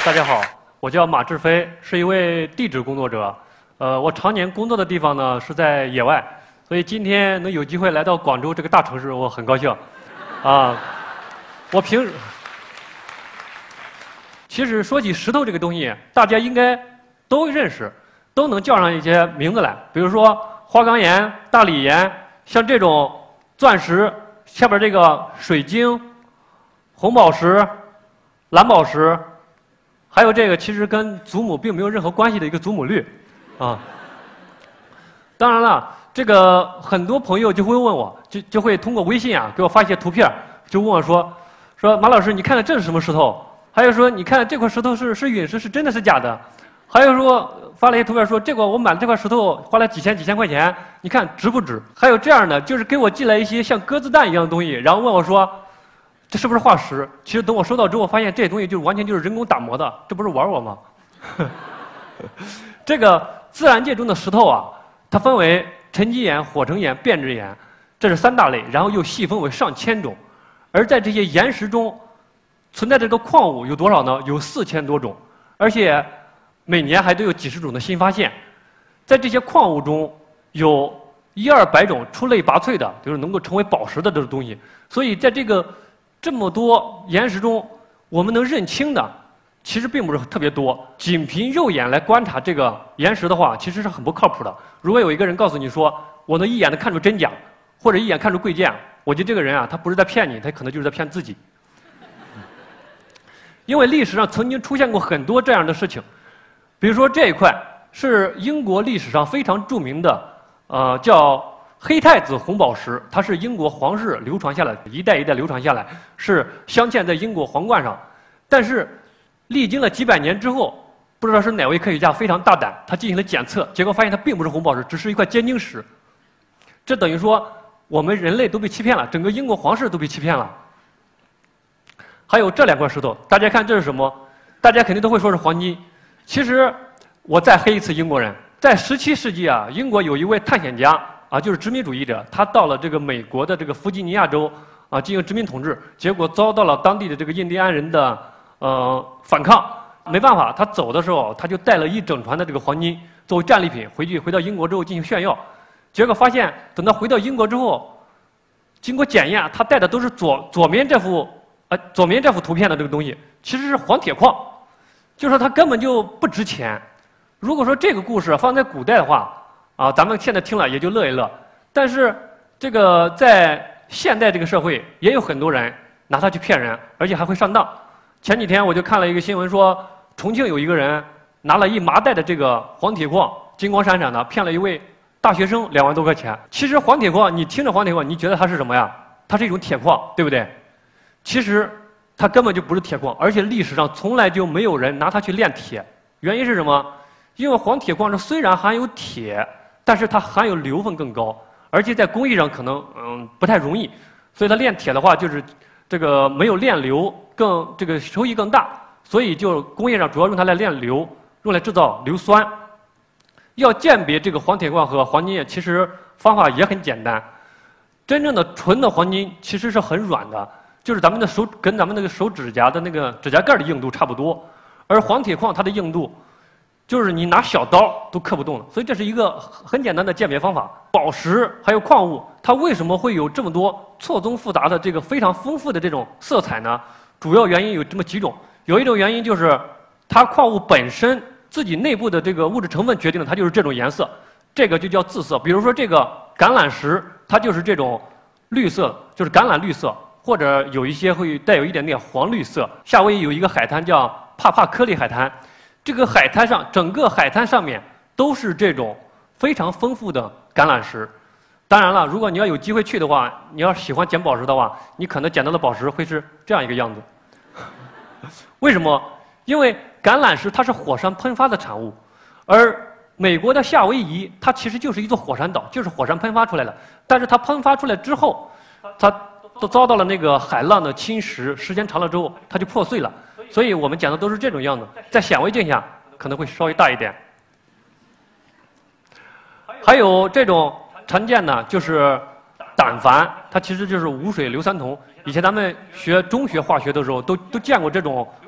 大家好，我叫马志飞，是一位地质工作者。我常年工作的地方呢是在野外，所以今天能有机会来到广州这个大城市，我很高兴。其实说起石头这个东西，大家应该都认识，都能叫上一些名字来，比如说花岗岩、大理岩，像这种钻石下边这个水晶、红宝石、蓝宝石。还有这个其实跟祖母并没有任何关系的一个祖母绿，当然了，这个很多朋友就会问我，就会通过微信给我发一些图片，就问我说马老师，你看看这是什么石头？还有说你看这块石头是陨石，是真的是假的？还有说发了一些图片说这个我买了这块石头花了几千块钱，你看值不值？还有这样的，就是给我寄来一些像鸽子蛋一样的东西，然后问我说。这是不是化石？其实等我收到之后，发现这些东西就是完全就是人工打磨的，这不是玩我吗？这个自然界中的石头它分为沉积岩、火成岩、变质岩，这是3大类，然后又细分为上千种。而在这些岩石中，存在这个矿物有多少呢？有4000多种，而且每年还都有几十种的新发现。在这些矿物中，有100-200种出类拔萃的，就是能够成为宝石的这种东西。所以在这么多岩石中，我们能认清的其实并不是特别多。仅凭肉眼来观察这个岩石的话，其实是很不靠谱的。如果有一个人告诉你说，我能一眼的看出真假，或者一眼看出贵贱，我觉得这个人他不是在骗你，他可能就是在骗自己。因为历史上曾经出现过很多这样的事情，比如说这一块是英国历史上非常著名的，叫黑太子红宝石，它是英国皇室流传下来，一代一代流传下来，是镶嵌在英国皇冠上。但是历经了几百年之后，不知道是哪位科学家非常大胆，他进行了检测，结果发现它并不是红宝石，只是一块尖晶石。这等于说我们人类都被欺骗了，整个英国皇室都被欺骗了。还有这2块石头，大家看这是什么？大家肯定都会说是黄金。其实我再黑一次英国人，在17世纪英国有一位探险家。就是殖民主义者，他到了这个美国的这个弗吉尼亚州进行殖民统治，结果遭到了当地的这个印第安人的反抗。没办法，他走的时候他就带了一整船的这个黄金作为战利品回到英国之后进行炫耀，结果发现等他回到英国之后，经过检验，他带的都是左面这幅图片的这个东西，其实是黄铁矿，就说它根本就不值钱。如果说这个故事放在古代的话，咱们现在听了也就乐一乐，但是这个在现代这个社会，也有很多人拿它去骗人，而且还会上当。前几天我就看了一个新闻说，重庆有一个人拿了1麻袋的这个黄铁矿，金光闪闪的，骗了一位大学生2万多块钱。其实黄铁矿，你听着黄铁矿，你觉得它是什么呀？它是一种铁矿，对不对？其实它根本就不是铁矿，而且历史上从来就没有人拿它去炼铁。原因是什么？因为黄铁矿虽然含有铁，但是它含有硫分更高，而且在工艺上可能不太容易，所以它炼铁的话就是这个没有炼硫这个收益更大，所以就工业上主要用它来炼硫，用来制造硫酸。要鉴别这个黄铁矿和黄金液，其实方法也很简单。真正的纯的黄金其实是很软的，就是咱们的跟咱们那个手指甲的那个指甲盖的硬度差不多，而黄铁矿它的硬度。就是你拿小刀都刻不动了，所以这是一个很简单的鉴别方法。宝石还有矿物，它为什么会有这么多错综复杂的这个非常丰富的这种色彩呢？主要原因有这么几种。有一种原因就是它矿物本身自己内部的这个物质成分决定了它就是这种颜色，这个就叫自色。比如说这个橄榄石，它就是这种绿色，就是橄榄绿色，或者有一些会带有一点点黄绿色。夏威夷有一个海滩叫帕帕科利海滩。这个海滩上，整个海滩上面都是这种非常丰富的橄榄石。当然了，如果你要有机会去的话，你要喜欢捡宝石的话，你可能捡到的宝石会是这样一个样子。为什么？因为橄榄石它是火山喷发的产物，而美国的夏威夷它其实就是一座火山岛，就是火山喷发出来的。但是它喷发出来之后，它都遭到了那个海浪的侵蚀，时间长了之后，它就破碎了。所以我们讲的都是这种样子，在显微镜下可能会稍微大一点。还有这种常见的就是胆矾，它其实就是无水硫酸铜。以前咱们学中学化学的时候都见过这种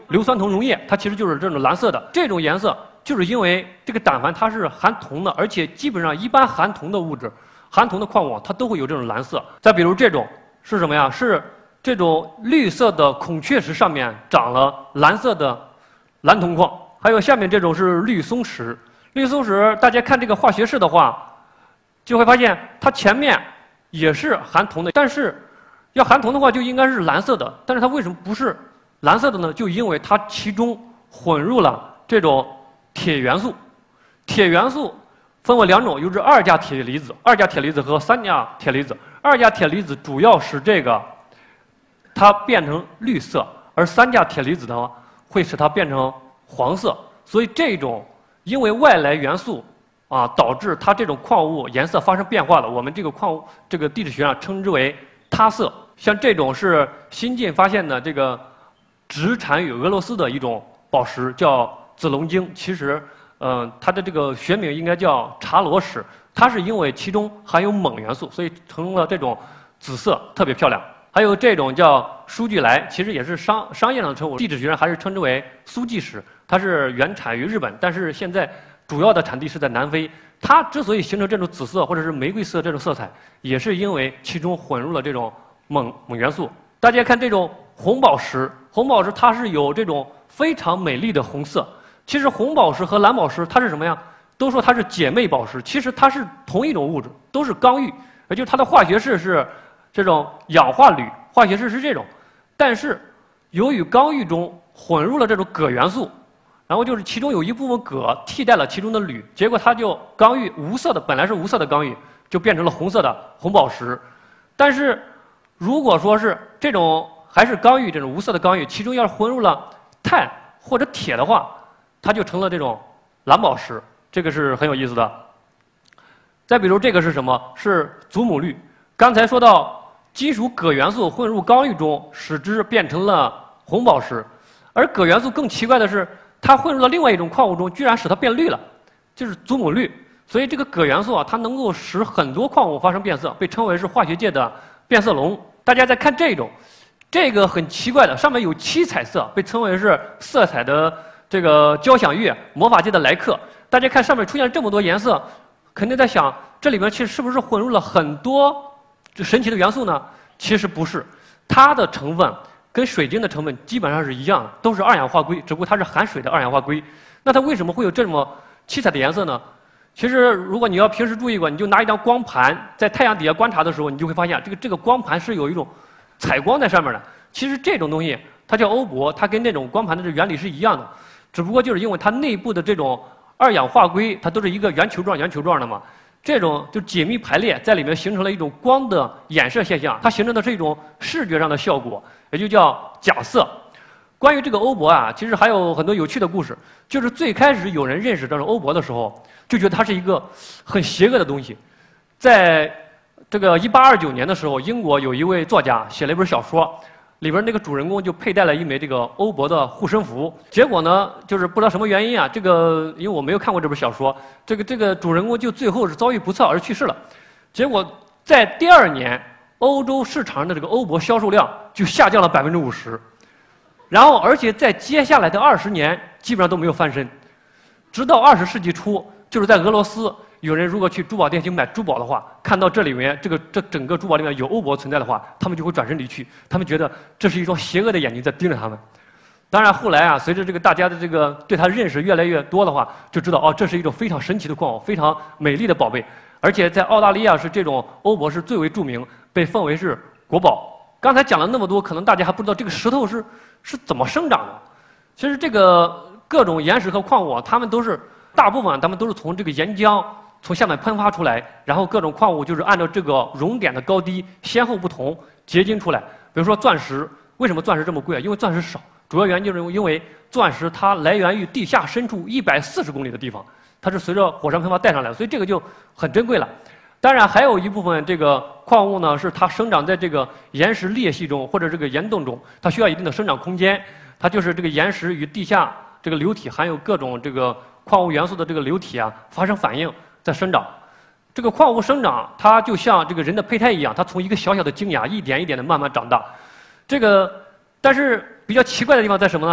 硫酸铜溶液，它其实就是这种蓝色的。这种颜色就是因为这个胆钒它是含铜的，而且基本上一般含铜的物质、含铜的矿物它都会有这种蓝色。再比如这种是什么呀？是这种绿色的孔雀石上面长了蓝色的蓝铜矿。还有下面这种是绿松石。绿松石大家看这个化学式的话，就会发现它前面也是含铜的，但是要含铜的话就应该是蓝色的，但是它为什么不是蓝色的呢？就因为它其中混入了这种铁元素。铁元素分为两种，就是二价铁离子、二价铁离子和三价铁离子。二价铁离子主要使这个它变成绿色，而三价铁离子呢会使它变成黄色。所以这种因为外来元素导致它这种矿物颜色发生变化的，我们这个矿物这个地质学上称之为塌色。像这种是新近发现的这个只产于俄罗斯的一种宝石，叫紫龙晶。其实，它的这个学名应该叫茶罗石。它是因为其中含有锰元素，所以成了这种紫色，特别漂亮。还有这种叫舒俱来，其实也是商业上的称呼，地质学上还是称之为苏纪石。它是原产于日本，但是现在主要的产地是在南非。它之所以形成这种紫色或者是玫瑰色这种色彩，也是因为其中混入了这种锰元素。大家看这种红宝石，红宝石它是有这种非常美丽的红色。其实红宝石和蓝宝石它是什么呀？都说它是姐妹宝石，其实它是同一种物质，都是刚玉，也就是它的化学式是这种氧化铝，化学式是这种。但是由于刚玉中混入了这种铬元素，然后就是其中有一部分铬替代了其中的铝，结果它就刚玉无色的，本来是无色的刚玉，就变成了红色的红宝石。但是如果说是这种还是刚玉这种无色的刚玉，其中要是混入了碳或者铁的话，它就成了这种蓝宝石。这个是很有意思的。再比如这个是什么？是祖母绿。刚才说到金属铬元素混入刚玉中，使之变成了红宝石。而铬元素更奇怪的是，它混入了另外一种矿物中，居然使它变绿了，就是祖母绿。所以这个铬元素它能够使很多矿物发生变色，被称为是化学界的变色龙。大家再看这种，这个很奇怪的，上面有七彩色，被称为是色彩的这个交响乐，魔法界的来客。大家看上面出现这么多颜色，肯定在想，这里面其实是不是混入了很多神奇的元素呢？其实不是，它的成分跟水晶的成分基本上是一样的，都是二氧化硅，只不过它是含水的二氧化硅。那它为什么会有这么七彩的颜色呢？其实如果你要平时注意过，你就拿一张光盘在太阳底下观察的时候，你就会发现这个光盘是有一种采光在上面的。其实这种东西它叫欧泊，它跟那种光盘的这原理是一样的，只不过就是因为它内部的这种二氧化硅它都是一个圆球状的嘛，这种就紧密排列在里面形成了一种光的衍射现象，它形成的是一种视觉上的效果，也就叫假色。关于这个欧泊其实还有很多有趣的故事。就是最开始有人认识这种欧泊的时候，就觉得它是一个很邪恶的东西。在这个1829年的时候，英国有一位作家写了一本小说，里边那个主人公就佩戴了一枚这个欧泊的护身符。结果呢，就是不知道什么原因这个因为我没有看过这本小说，这个主人公就最后是遭遇不测而去世了。结果在第2年，欧洲市场上的这个欧泊销售量就下降了50%。然后，而且在接下来的20年，基本上都没有翻身，直到20世纪初，就是在俄罗斯，有人如果去珠宝店去买珠宝的话，看到这里面这整个珠宝里面有欧泊存在的话，他们就会转身离去，他们觉得这是一双邪恶的眼睛在盯着他们。当然，后来随着这个大家的这个对它认识越来越多的话，就知道这是一种非常神奇的矿物，非常美丽的宝贝，而且在澳大利亚是这种欧泊是最为著名，被奉为是国宝。刚才讲了那么多，可能大家还不知道这个石头是怎么生长的。其实这个各种岩石和矿物它们都是大部分它们都是从这个岩浆从下面喷发出来，然后各种矿物就是按照这个熔点的高低先后不同结晶出来。比如说钻石，为什么钻石这么贵？因为钻石少，主要原因就是因为钻石它来源于地下深处140公里的地方，它是随着火山喷发带上来的，所以这个就很珍贵了。当然，还有一部分这个矿物呢，是它生长在这个岩石裂隙中或者这个岩洞中，它需要一定的生长空间。它就是这个岩石与地下这个流体含有各种这个矿物元素的这个流体发生反应在生长。这个矿物生长，它就像这个人的胚胎一样，它从一个小小的精芽一点一点的慢慢长大。但是比较奇怪的地方在什么呢？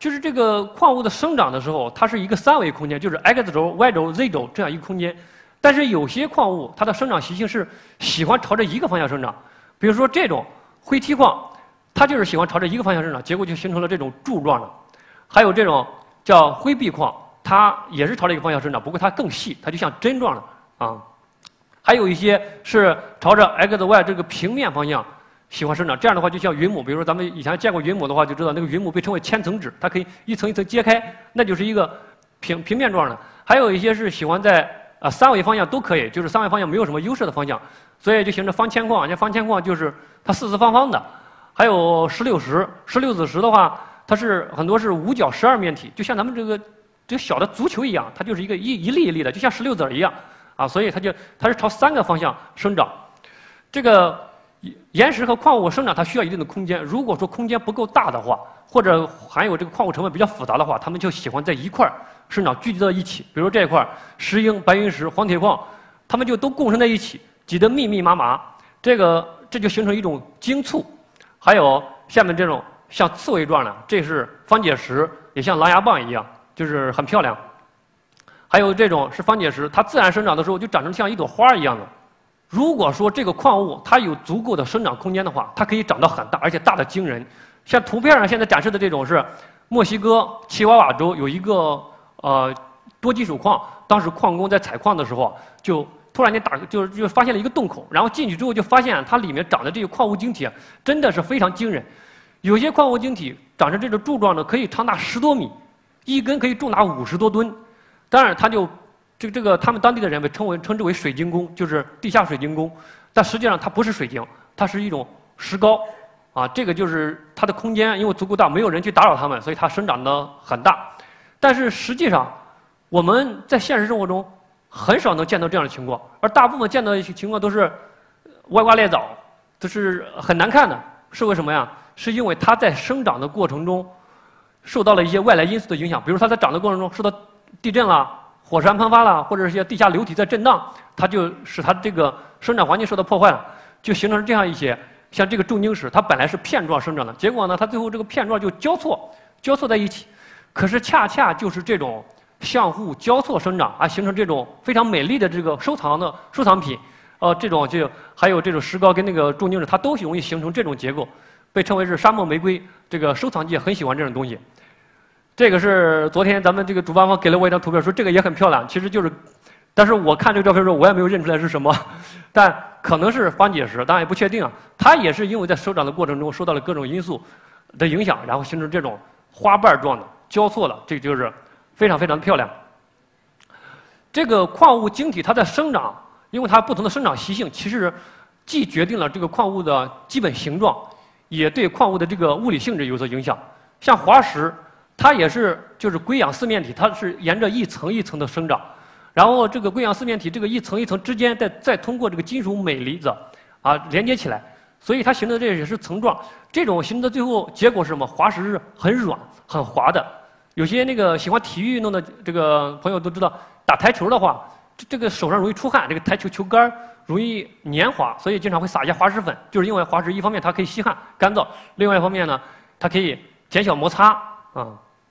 就是这个矿物的生长的时候，它是一个三维空间，就是 x 轴、y 轴、z 轴这样一个空间。但是有些矿物它的生长习性是喜欢朝着一个方向生长，比如说这种灰梯矿，它就是喜欢朝着一个方向生长，结果就形成了这种柱状的。还有这种叫灰壁矿，它也是朝着一个方向生长，不过它更细，它就像针状的啊。还有一些是朝着 x、y 这个平面方向喜欢生长，这样的话就像云母，比如说咱们以前见过云母的话，就知道那个云母被称为千层纸，它可以一层一层揭开，那就是一个平面状的。还有一些是喜欢在三维方向都可以，就是三维方向没有什么优势的方向，所以就形成方铅矿。像方铅矿就是它四四方方的。还有石榴子石的话，它是很多是五角12面体，就像咱们这个小的足球一样，它就是一粒一粒的，就像石榴子一样啊，所以它是朝3个方向生长。这个岩石和矿物生长它需要一定的空间，如果说空间不够大的话，或者含有这个矿物成分比较复杂的话，它们就喜欢在一块儿生长，聚集到一起。比如这一块石英、白云石、黄铁矿，它们就都共生在一起，挤得密密麻麻，这就形成一种晶簇。还有下面这种像刺猬状的，这是方解石，也像狼牙棒一样，就是很漂亮。还有这种是方解石，它自然生长的时候就长成像一朵花一样的。如果说这个矿物它有足够的生长空间的话，它可以长到很大，而且大的惊人。像图片上现在展示的这种是墨西哥奇瓦瓦州有一个多金属矿，当时矿工在采矿的时候就突然间就发现了一个洞口，然后进去之后就发现它里面长的这个矿物晶体真的是非常惊人。有些矿物晶体长成这种柱状的，可以长达10多米，一根可以重达50多吨。当然，它就他们当地的人称之为水晶宫，就是地下水晶宫。但实际上它不是水晶，它是一种石膏啊。这个就是它的空间因为足够大，没有人去打扰它们，所以它生长得很大。但是实际上我们在现实生活中很少能见到这样的情况，而大部分见到的情况都是歪瓜裂枣，都是很难看的。是为什么呀？是因为它在生长的过程中受到了一些外来因素的影响，比如它在长的过程中受到地震啦、火山喷发啦，或者是一些地下流体在震荡，它就使它这个生长环境受到破坏了，就形成这样一些像这个重晶石，它本来是片状生长的，结果呢，它最后这个片状就交错在一起。可是恰恰就是这种相互交错生长，形成这种非常美丽的这个收藏品。这种就还有这种石膏跟那个重晶石，它都容易形成这种结构，被称为是沙漠玫瑰。这个收藏界很喜欢这种东西。这个是昨天咱们这个主办方给了我一张图片，说这个也很漂亮，其实就是，但是我看这个照片的时候，我也没有认出来是什么，但可能是方解石，当然也不确定啊。它也是因为在生长的过程中受到了各种因素的影响，然后形成这种花瓣状的交错了，这个就是非常非常的漂亮。这个矿物晶体它在生长，因为它不同的生长习性，其实既决定了这个矿物的基本形状，也对矿物的这个物理性质有所影响。像滑石，它也是就是硅氧四面体，它是沿着一层一层的生长，然后这个硅氧四面体这个一层一层之间再通过这个金属镁离子连接起来，所以它形成的这也是层状。这种形成的最后结果是什么？滑石是很软很滑的。有些那个喜欢体育运动的这个朋友都知道，打台球的话，这个手上容易出汗，这个台球球杆容易粘滑，所以经常会撒一些滑石粉，就是因为滑石一方面它可以吸汗干燥，另外一方面呢，它可以减小摩擦啊。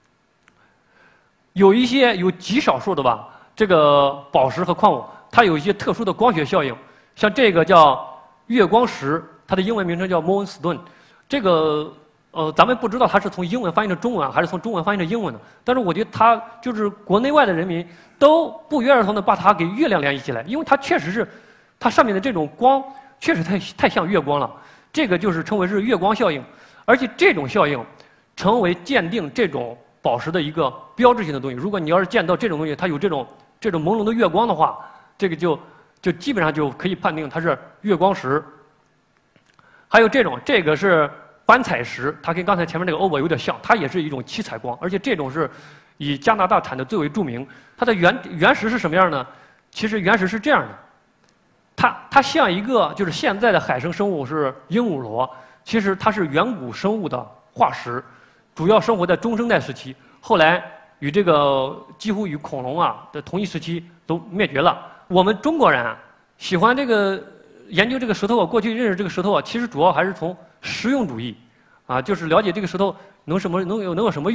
有极少数的吧，这个宝石和矿物，它有一些特殊的光学效应，像这个叫月光石，它的英文名称叫 Moonstone。这个咱们不知道它是从英文翻译成中文还是从中文翻译成英文的，但是我觉得它就是国内外的人民都不约而同的把它给月亮联系起来，因为它确实是它上面的这种光确实太像月光了，这个就是称为是月光效应，而且这种效应成为鉴定这种宝石的一个标志性的东西。如果你要是见到这种东西，它有这种朦胧的月光的话，这个就基本上就可以判定它是月光石。还有这个是斑彩石，它跟刚才前面那个欧泊有点像，它也是一种七彩光，而且这种是以加拿大产的最为著名。它的原石是什么样呢？其实原石是这样的，它像一个就是现在的海生生物是鹦鹉螺，其实它是远古生物的化石，主要生活在中生代时期，后来与这个几乎与恐龙的同一时期都灭绝了。我们中国人喜欢这个研究这个石头过去认识这个石头其实主要还是从实用主义就是了解这个石头能有什么用，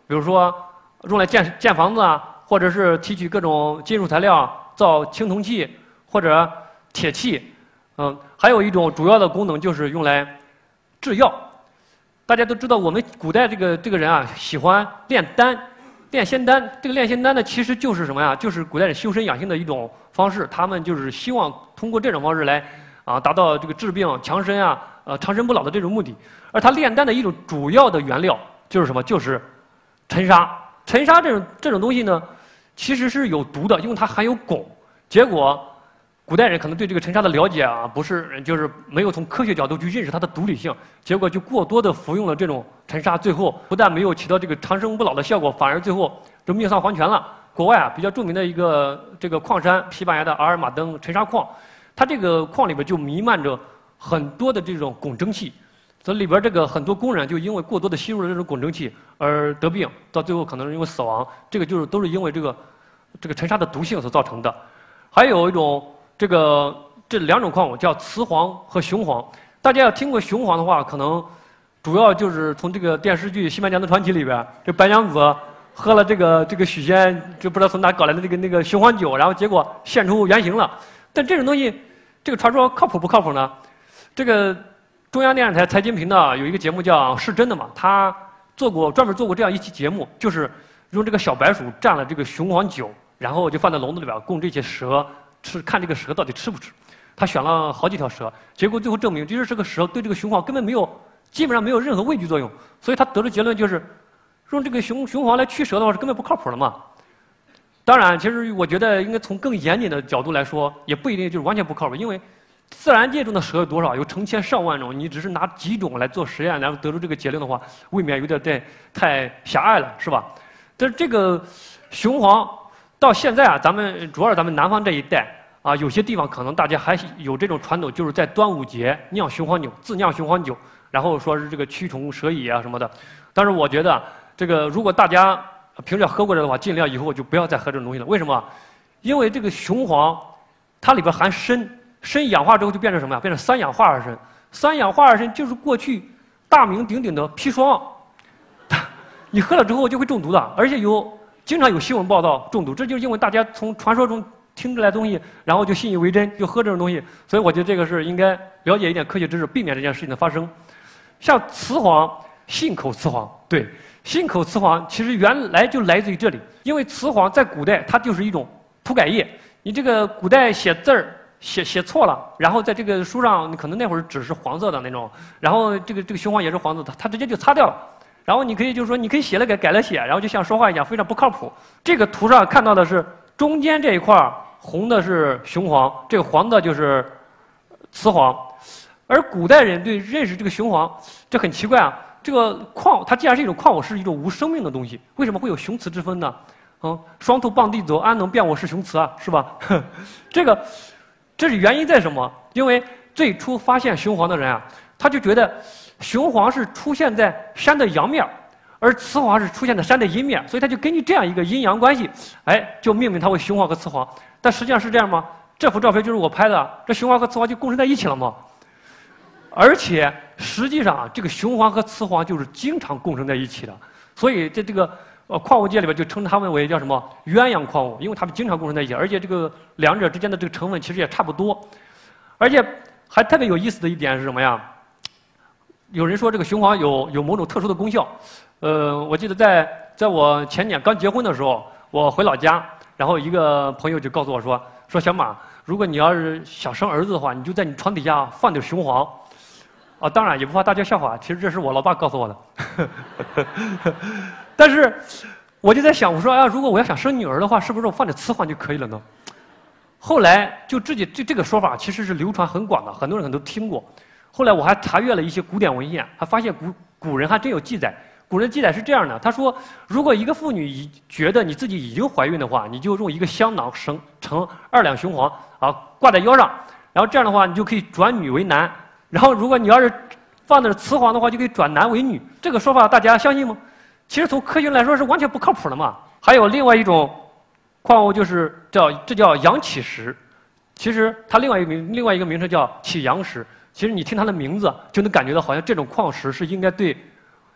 比如说用来建房子啊，或者是提取各种金属材料造青铜器或者铁器。还有一种主要的功能就是用来制药。大家都知道，我们古代这个人啊，喜欢炼丹、炼仙丹。这个炼仙丹呢，其实就是什么呀？就是古代人修身养性的一种方式。他们就是希望通过这种方式来达到这个治病强身啊、长生不老的这种目的。而他炼丹的一种主要的原料就是什么？就是沉沙。沉沙这种东西呢，其实是有毒的，因为它含有汞。结果古代人可能对这个沉沙的了解啊，就是没有从科学角度去认识它的毒理性，结果就过多的服用了这种沉沙，最后不但没有起到这个长生不老的效果，反而最后就命丧黄泉了。国外啊比较著名的一个这个矿山，西班牙的阿尔马登沉沙矿，它这个矿里边就弥漫着很多的这种汞蒸气，所以里边这个很多工人就因为过多的吸入了这种汞蒸气而得病，到最后可能是因为死亡。这个都是因为这个沉沙的毒性所造成的。还有一种这两种矿物叫雌黄和雄黄。大家要听过雄黄的话，可能主要就是从这个电视剧《新白娘子传奇》里边，这白娘子喝了这个许仙就不知道从哪搞来的那个雄黄酒，然后结果现出原形了。但这种东西，这个传说靠谱不靠谱呢？这个中央电视台财经频道有一个节目叫《是真的吗》，他专门做过这样一期节目，就是用这个小白鼠蘸了这个雄黄酒，然后就放在笼子里边供这些蛇吃，看这个蛇到底吃不吃。他选了好几条蛇，结果最后证明，就是这个蛇对这个雄黄根本基本上没有任何畏惧作用。所以他得出结论就是，用这个雄黄来驱蛇的话是根本不靠谱的嘛。当然，其实我觉得应该从更严谨的角度来说，也不一定就是完全不靠谱，因为自然界中的蛇有多少？有成千上万种，你只是拿几种来做实验，然后得出这个结论的话，未免有点太狭隘了，是吧？但是这个雄黄到现在啊，主要是咱们南方这一带啊，有些地方可能大家还有这种传统，就是在端午节酿雄黄酒，自酿雄黄酒，然后说是这个驱虫蛇蚁啊什么的。但是我觉得这个如果大家平时要喝过的话，尽量以后就不要再喝这种东西了。为什么？因为这个雄黄它里边含砷，砷氧化之后就变成什么呀？变成三氧化二砷。三氧化二砷就是过去大名鼎鼎的砒霜，你喝了之后就会中毒的，而且经常有新闻报道中毒，这就是因为大家从传说中听出来的东西，然后就信以为真，就喝这种东西。所以我觉得这个是应该了解一点科学知识，避免这件事情的发生。像雌黄，信口雌黄，对，信口雌黄其实原来就来自于这里，因为雌黄在古代它就是一种涂改液，你这个古代写字儿写错了，然后在这个书上，可能那会儿纸是黄色的那种，然后这个雄黄也是黄色的，它直接就擦掉了。然后你可以写了改了写，然后就像说话一样，非常不靠谱。这个图上看到的是中间这一块红的是雄黄，这个黄的就是雌黄。而古代人对认识这个雄黄，这很奇怪啊。这个它既然是一种矿物，是一种无生命的东西，为什么会有雄雌之分呢？双兔傍地走，安能辨我是雄雌啊？是吧？这是原因在什么？因为最初发现雄黄的人啊，他就觉得雄黄是出现在山的阳面，而雌黄是出现在山的阴面，所以他就根据这样一个阴阳关系，就命名它为雄黄和雌黄。但实际上是这样吗？这幅照片就是我拍的，这雄黄和雌黄就共生在一起了吗？而且实际上这个雄黄和雌黄就是经常共生在一起的，所以在这个矿物界里边就称它们为叫什么鸳鸯矿物，因为它们经常共生在一起，而且这个两者之间的这个成分其实也差不多。而且还特别有意思的一点是什么呀？有人说这个雄黄有某种特殊的功效。我记得在我前年刚结婚的时候，我回老家，然后一个朋友就告诉我说小马，如果你要是想生儿子的话，你就在你床底下放点雄黄。当然也不怕大家笑话，其实这是我老爸告诉我的。但是我就在想，我说如果我要想生女儿的话，是不是我放点雌黄就可以了呢？后来就这个说法其实是流传很广的，很多人可能都听过。后来我还查阅了一些古典文献，还发现古人还真有记载。古人记载是这样的，他说，如果一个妇女觉得你自己已经怀孕的话，你就用一个香囊盛2两雄黄挂在腰上，然后这样的话你就可以转女为男。然后如果你要是放的是雌黄的话，就可以转男为女。这个说法大家相信吗？其实从科学来说是完全不靠谱的嘛。还有另外一种矿物就是这叫阳起石，其实它另外一个名称叫起阳石。其实你听它的名字就能感觉到，好像这种矿石是应该对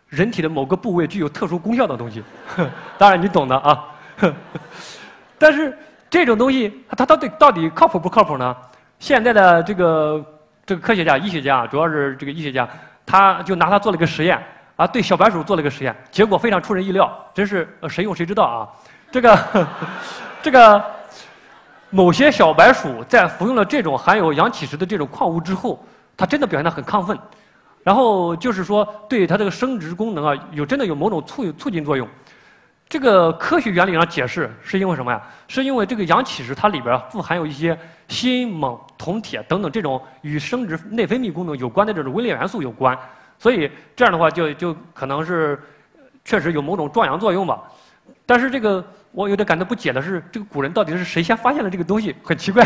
人体的某个部位具有特殊功效的东西。当然你懂的啊。但是这种东西它到底靠谱不靠谱呢？现在的这个科学家、医学家，主要是这个医学家，他就拿它做了一个实验啊，对小白鼠做了一个实验，结果非常出人意料，真是谁用谁知道啊。这个某些小白鼠在服用了这种含有阳起石的这种矿物之后，它真的表现得很亢奋，然后就是说对它这个生殖功能啊真的有某种促进作用。这个科学原理上解释是因为什么呀？是因为这个阳起石它里边富含有一些锌、锰、铜、铁等等这种与生殖内分泌功能有关的这种微量元素有关，所以这样的话就可能是确实有某种壮阳作用吧。但是这个我有点感到不解的是，这个古人到底是谁先发现了这个东西？很奇怪。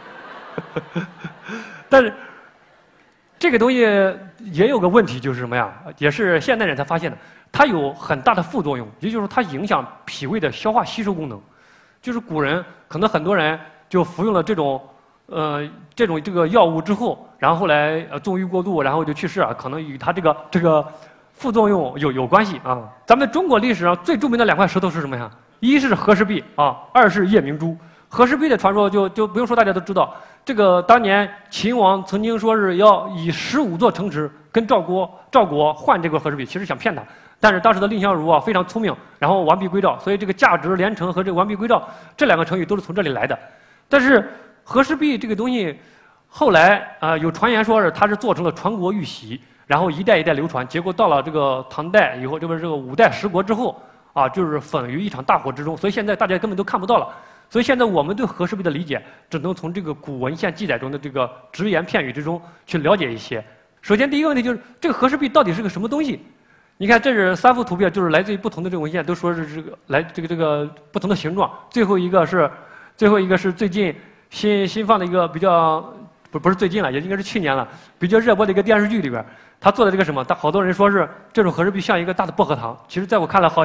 但是这个东西也有个问题，就是什么呀？也是现代人才发现的。它有很大的副作用，也就是说它影响脾胃的消化吸收功能。就是古人可能很多人就服用了这种这个药物之后，然后后来纵欲过度，然后就去世了，可能与它这个副作用有关系啊。咱们中国历史上最著名的2块石头是什么呀？一是和氏璧啊，二是夜明珠。和氏璧的传说就不用说，大家都知道。这个当年秦王曾经说是要以15座城池跟赵国换这个和氏璧，其实想骗他。但是当时的蔺相如啊非常聪明，然后完璧归赵，所以这个价值连城和这个完璧归赵这2个成语都是从这里来的。但是和氏璧这个东西，后来有传言说是它是做成了传国玉玺，然后一代一代流传，结果到了这个唐代以后，这不是这个5代十国之后啊，就是焚于一场大火之中，所以现在大家根本都看不到了。所以现在我们对和氏璧的理解，只能从这个古文献记载中的这个只言片语之中去了解一些。首先第一个问题就是这个和氏璧到底是个什么东西？你看，这是3幅图片，就是来自于不同的这个文献，都说是这个不同的形状。最后一个是最近新放的一个比较不是最近了，也应该是去年了，比较热播的一个电视剧里边，他做的这个什么？好多人说是这种和氏璧像一个大的薄荷糖，其实在我看来好，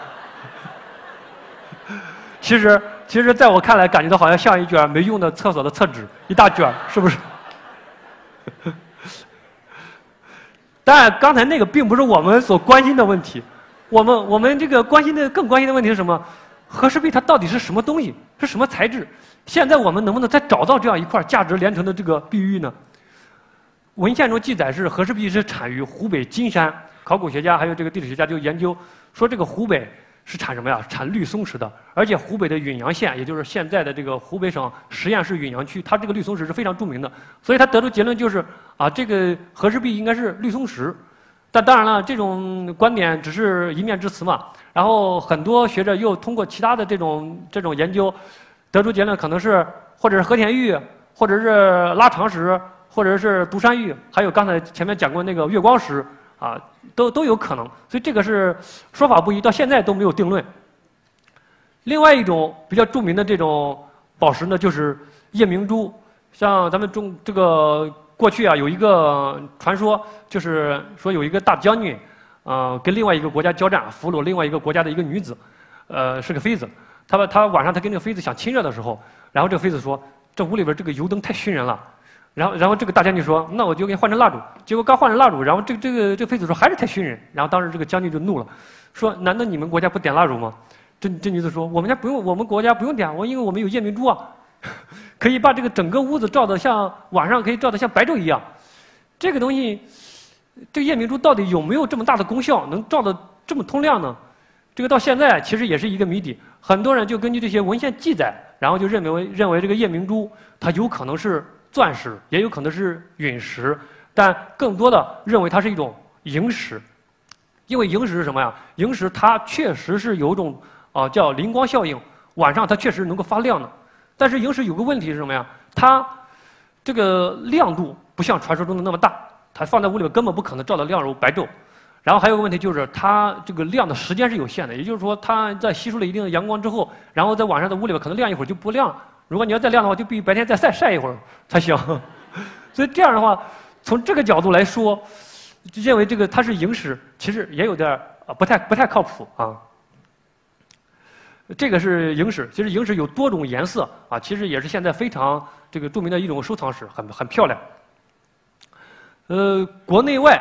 其实在我看来感觉到好像像一卷没用的厕所的厕纸，一大卷，是不是？但刚才那个并不是我们所关心的问题，我们这个更关心的问题是什么？和氏璧它到底是什么东西？是什么材质？现在我们能不能再找到这样一块价值连城的这个碧玉呢？文献中记载是和氏璧是产于湖北金山，考古学家还有这个地质学家就研究说这个湖北是产什么呀？产绿松石的，而且湖北的允阳县，也就是现在的这个湖北省十堰市允阳区，它这个绿松石是非常著名的，所以他得出结论就是啊，这个和氏璧应该是绿松石。但当然了，这种观点只是一面之词嘛。然后很多学者又通过其他的这种研究，得出结论可能是或者是和田玉，或者是拉长石，或者是独山玉，还有刚才前面讲过那个月光石。啊，都有可能，所以这个是说法不一，到现在都没有定论。另外一种比较著名的这种宝石呢，就是夜明珠。像咱们这个过去啊，有一个传说，就是说有一个大将军，跟另外一个国家交战，俘虏另外一个国家的一个女子，是个妃子。他晚上他跟这个妃子想亲热的时候，然后这个妃子说：“这屋里边这个油灯太熏人了。”然后这个大将军说：“那我就给你换成蜡烛。”结果刚换成蜡烛，然后这个妃子说：“还是太熏人。”然后当时这个将军就怒了，说：“难道你们国家不点蜡烛吗？”这女子说：“我们国家不用点，因为我们有夜明珠啊，可以把这个整个屋子照得像晚上可以照得像白昼一样。”这个东西，这个夜明珠到底有没有这么大的功效，能照得这么通亮呢？这个到现在其实也是一个谜底。很多人就根据这些文献记载，然后就认为这个夜明珠它有可能是钻石，也有可能是陨石，但更多的认为它是一种萤石，因为萤石是什么呀？萤石它确实是有一种叫灵光效应，晚上它确实能够发亮的。但是萤石有个问题是什么呀？它这个亮度不像传说中的那么大，它放在屋里边根本不可能照得亮如白昼。然后还有个问题就是它这个亮的时间是有限的，也就是说它在吸收了一定的阳光之后，然后在晚上的屋里边可能亮一会儿就不亮了。如果你要再亮的话，就必须白天再晒一会儿才行。所以这样的话，从这个角度来说，认为这个它是萤石，其实也有点不太靠谱啊。这个是萤石，其实萤石有多种颜色啊，其实也是现在非常这个著名的一种收藏石，很漂亮。国内外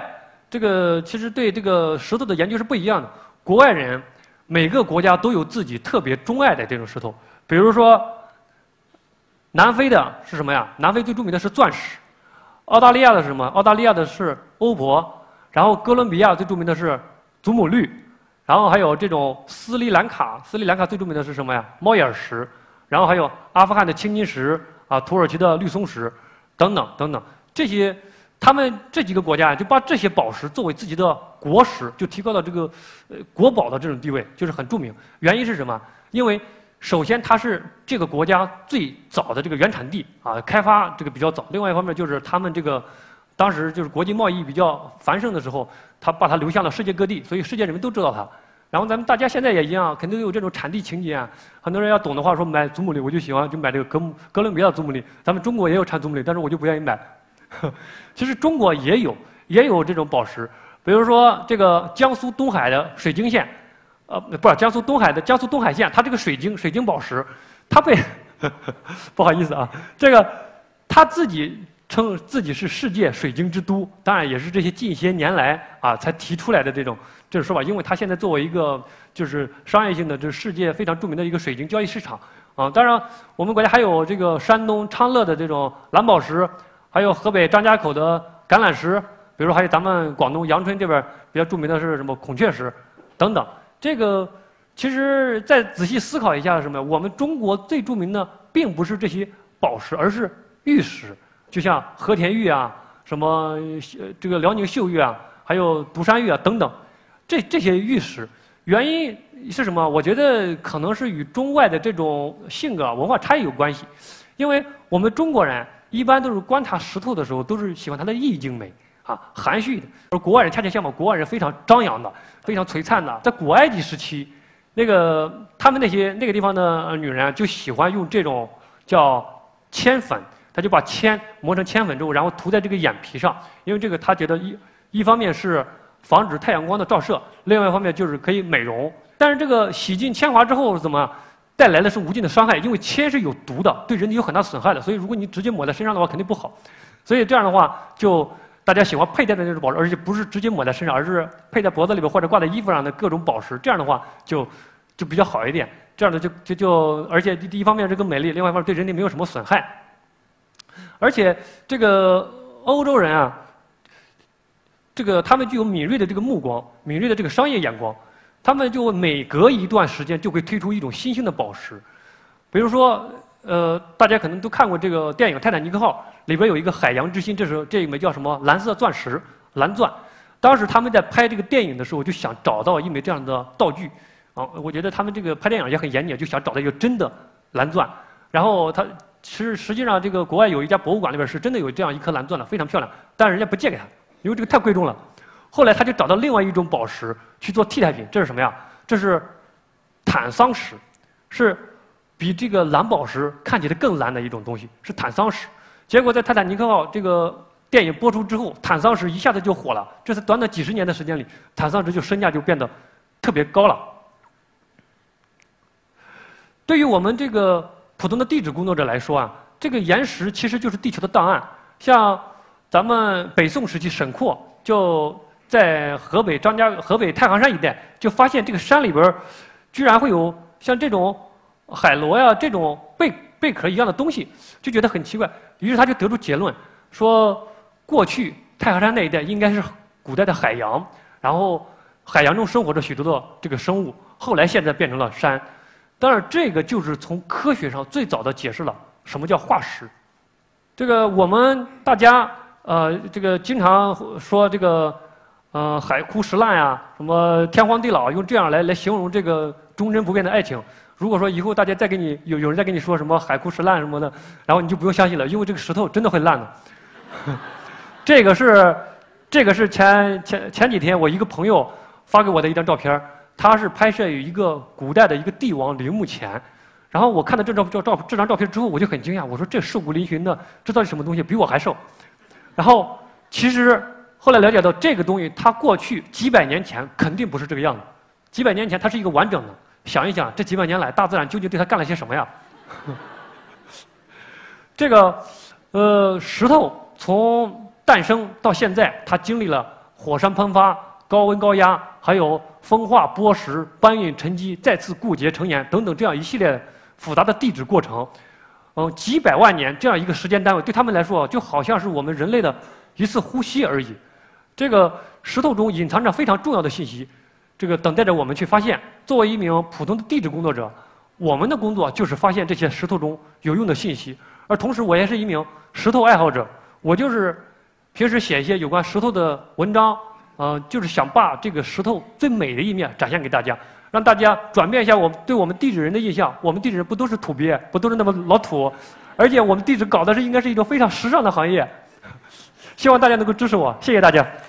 这个其实对这个石头的研究是不一样的。国外人每个国家都有自己特别钟爱的这种石头，比如说南非的是什么呀？南非最著名的是钻石。澳大利亚的是什么？澳大利亚的是欧泊。然后哥伦比亚最著名的是祖母绿。然后还有这种斯里兰卡最著名的是什么呀？猫眼石。然后还有阿富汗的青金石啊，土耳其的绿松石，等等等等。这些他们这几个国家就把这些宝石作为自己的国石，就提高了这个国宝的这种地位，就是很著名。原因是什么？因为首先它是这个国家最早的这个原产地啊，开发这个比较早。另外一方面就是他们这个当时就是国际贸易比较繁盛的时候，他把它流向了世界各地，所以世界人民都知道它。然后咱们大家现在也一样，肯定有这种产地情节啊。很多人要懂的话，说买祖母绿，我就喜欢就买这个哥伦比亚祖母绿。咱们中国也有产祖母绿，但是我就不愿意买。其实中国也有这种宝石，比如说这个江苏东海的水晶县，不是江苏东海县，它这个水晶宝石，它被不好意思啊，这个它自己称自己是世界水晶之都，当然也是这些近些年来啊才提出来的这种说法，因为它现在作为一个就是商业性的，这世界非常著名的一个水晶交易市场啊。当然，我们国家还有这个山东昌乐的这种蓝宝石，还有河北张家口的橄榄石，比如还有咱们广东阳春这边比较著名的是什么孔雀石，等等。这个其实再仔细思考一下，什么？我们中国最著名的并不是这些宝石，而是玉石。就像和田玉啊，什么这个辽宁秀玉啊，还有独山玉啊等等，这些玉石，原因是什么？我觉得可能是与中外的这种性格文化差异有关系。因为我们中国人一般都是观察石头的时候，都是喜欢它的意境美啊，含蓄的。而国外人恰恰相反，国外人非常张扬的，非常璀璨的。在古埃及时期，他们那个地方的女人就喜欢用这种叫铅粉。他就把铅磨成铅粉之后，然后涂在这个眼皮上，因为这个他觉得一方面是防止太阳光的照射，另外一方面就是可以美容。但是这个洗尽铅华之后，怎么带来的是无尽的伤害？因为铅是有毒的，对人体有很大损害的，所以如果你直接抹在身上的话，肯定不好。所以这样的话，就大家喜欢佩戴的那种宝石，而且不是直接抹在身上，而是佩在脖子里边或者挂在衣服上的各种宝石。这样的话就比较好一点。这样的而且第一方面这个美丽，另外一方面对人体没有什么损害。而且这个欧洲人啊，他们具有敏锐的这个目光，敏锐的这个商业眼光，他们就每隔一段时间就会推出一种新兴的宝石。比如说，大家可能都看过这个电影《泰坦尼克号》，里边有一个海洋之心，这一枚叫什么蓝色钻石，蓝钻。当时他们在拍这个电影的时候，就想找到一枚这样的道具啊。我觉得他们这个拍电影也很严谨，就想找到一个真的蓝钻。然后实际上，这个国外有一家博物馆里边是真的有这样一颗蓝钻的，非常漂亮，但是人家不借给他，因为这个太贵重了。后来他就找到另外一种宝石去做替代品，这是什么呀？这是坦桑石，是比这个蓝宝石看起来更蓝的一种东西，是坦桑石。结果在《泰坦尼克号》这个电影播出之后，坦桑石一下子就火了。这是短短几十年的时间里，坦桑石身价就变得特别高了。对于我们这个普通的地质工作者来说啊，这个岩石其实就是地球的档案。像咱们北宋时期沈括就在河北太行山一带，就发现这个山里边居然会有像这种海螺呀这种贝壳一样的东西，就觉得很奇怪。于是他就得出结论，说过去太行山那一带应该是古代的海洋，然后海洋中生活着许多的这个生物，后来现在变成了山。当然，这个就是从科学上最早的解释了什么叫化石。这个我们大家这个经常说这个海枯石烂呀，什么天荒地老，用这样来形容这个忠贞不变的爱情。如果说以后大家再给你有人再跟你说什么海枯石烂什么的，然后你就不用相信了，因为这个石头真的会烂的。这个是前几天我一个朋友发给我的一张照片。他是拍摄于一个古代的一个帝王陵墓前，然后我看到这张照片之后，我就很惊讶，我说这瘦骨嶙峋的，这到底什么东西？比我还瘦。然后其实后来了解到，这个东西它过去几百年前肯定不是这个样子，几百年前它是一个完整的。想一想，这几百年来大自然究竟对它干了些什么呀？这个石头从诞生到现在，它经历了火山喷发、高温高压，还有风化、剥蚀、搬运、沉积、再次固结成岩等等这样一系列复杂的地质过程。几百万年这样一个时间单位，对他们来说就好像是我们人类的一次呼吸而已。这个石头中隐藏着非常重要的信息，这个等待着我们去发现。作为一名普通的地质工作者，我们的工作就是发现这些石头中有用的信息，而同时我也是一名石头爱好者，我就是平时写一些有关石头的文章，就是想把这个石头最美的一面展现给大家，让大家转变一下对我们地质人的印象。我们地质人不都是土鳖，不都是那么老土，而且我们地质搞的应该是一种非常时尚的行业。希望大家能够支持我，谢谢大家。